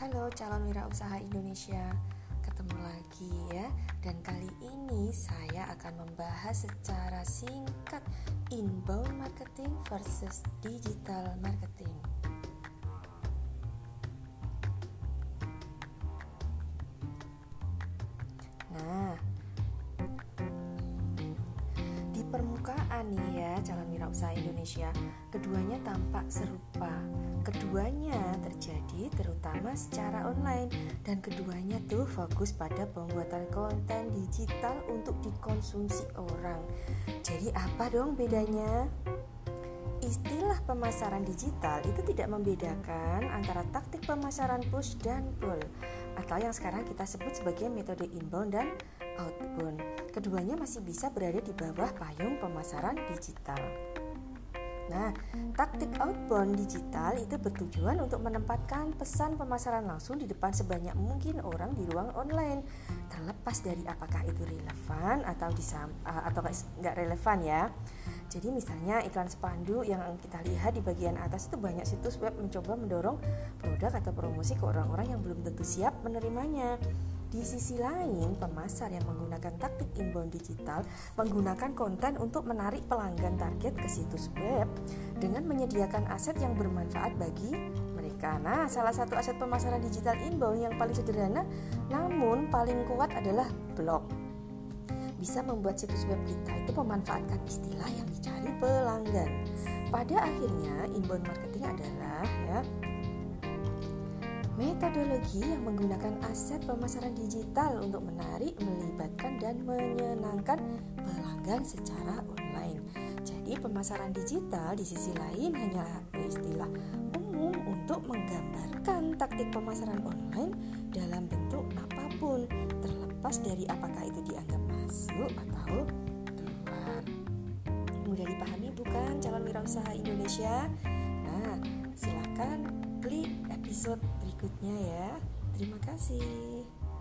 Halo calon wirausaha Indonesia, ketemu lagi ya. Dan kali ini saya akan membahas secara singkat inbound marketing versus digital marketing. Nah, di permukaan nih ya calon wirausaha Indonesia, keduanya tampak serupa. Keduanya terjadi terutama secara online, dan keduanya tuh fokus pada pembuatan konten digital untuk dikonsumsi orang. Jadi apa dong bedanya? Istilah pemasaran digital itu tidak membedakan antara taktik pemasaran push dan pull, atau yang sekarang kita sebut sebagai metode inbound dan outbound. Keduanya masih bisa berada di bawah payung pemasaran digital. Nah, taktik outbound digital itu bertujuan untuk menempatkan pesan pemasaran langsung di depan sebanyak mungkin orang di ruang online, terlepas dari apakah itu relevan atau nggak relevan ya. Jadi misalnya iklan spanduk yang kita lihat di bagian atas itu banyak situs web mencoba mendorong produk atau promosi ke orang-orang yang belum tentu siap menerimanya. Di sisi lain, pemasar yang menggunakan taktik inbound digital menggunakan konten untuk menarik pelanggan target ke situs web dengan menyediakan aset yang bermanfaat bagi mereka. Nah, salah satu aset pemasaran digital inbound yang paling sederhana namun paling kuat adalah blog. Bisa membuat situs web kita itu memanfaatkan istilah yang dicari pelanggan. Pada akhirnya, inbound marketing adalah metodologi yang menggunakan aset pemasaran digital untuk menarik, melibatkan, dan menyenangkan pelanggan secara online. Jadi pemasaran digital di sisi lain hanya istilah umum untuk menggambarkan taktik pemasaran online dalam bentuk apapun, terlepas dari apakah itu dianggap masuk atau keluar. Mudah dipahami bukan calon wirausaha Indonesia? Nah, silakan klik episode berikutnya ya. Terima kasih.